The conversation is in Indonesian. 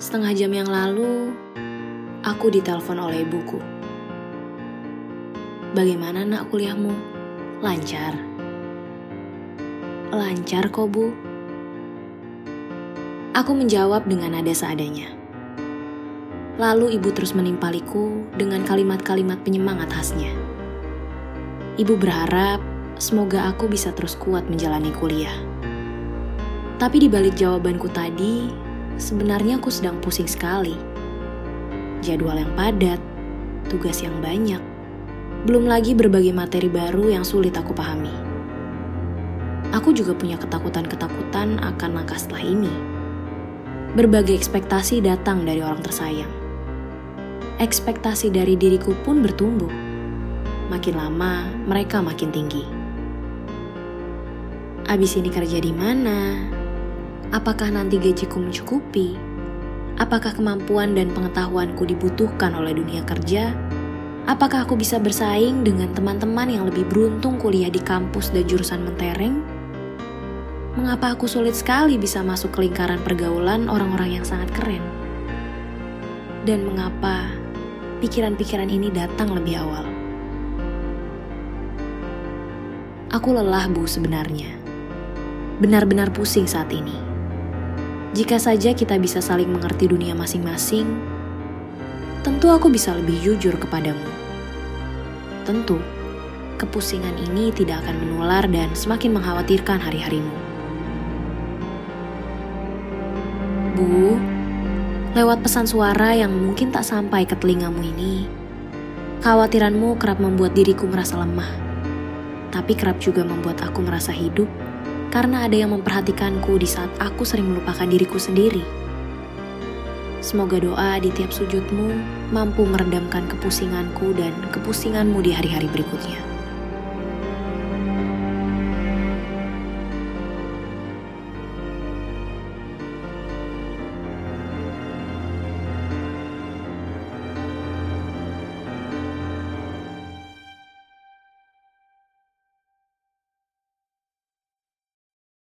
Setengah jam yang lalu, aku ditelepon oleh ibuku. Bagaimana nak kuliahmu? Lancar? Lancar kok bu. Aku menjawab dengan nada seadanya. Lalu ibu terus menimpaliku dengan kalimat-kalimat penyemangat khasnya. Ibu berharap semoga aku bisa terus kuat menjalani kuliah. Tapi di balik jawabanku tadi, sebenarnya aku sedang pusing sekali. Jadwal yang padat, tugas yang banyak, belum lagi berbagai materi baru yang sulit aku pahami. Aku juga punya ketakutan-ketakutan akan langkah setelah ini. Berbagai ekspektasi datang dari orang tersayang. Ekspektasi dari diriku pun bertumbuh. Makin lama, mereka makin tinggi. Abis ini kerja di mana? Apakah nanti gajiku mencukupi? Apakah kemampuan dan pengetahuanku dibutuhkan oleh dunia kerja? Apakah aku bisa bersaing dengan teman-teman yang lebih beruntung kuliah di kampus dan jurusan mentereng? Mengapa aku sulit sekali bisa masuk ke lingkaran pergaulan orang-orang yang sangat keren? Dan mengapa pikiran-pikiran ini datang lebih awal? Aku lelah bu sebenarnya. Benar-benar pusing saat ini. Jika saja kita bisa saling mengerti dunia masing-masing, tentu aku bisa lebih jujur kepadamu. Tentu, kepusingan ini tidak akan menular dan semakin mengkhawatirkan hari-harimu. Bu, lewat pesan suara yang mungkin tak sampai ke telingamu ini, kekhawatiranmu kerap membuat diriku merasa lemah, tapi kerap juga membuat aku merasa hidup karena ada yang memperhatikanku di saat aku sering melupakan diriku sendiri. Semoga doa di tiap sujudmu mampu meredamkan kepusinganku dan kepusinganmu di hari-hari berikutnya.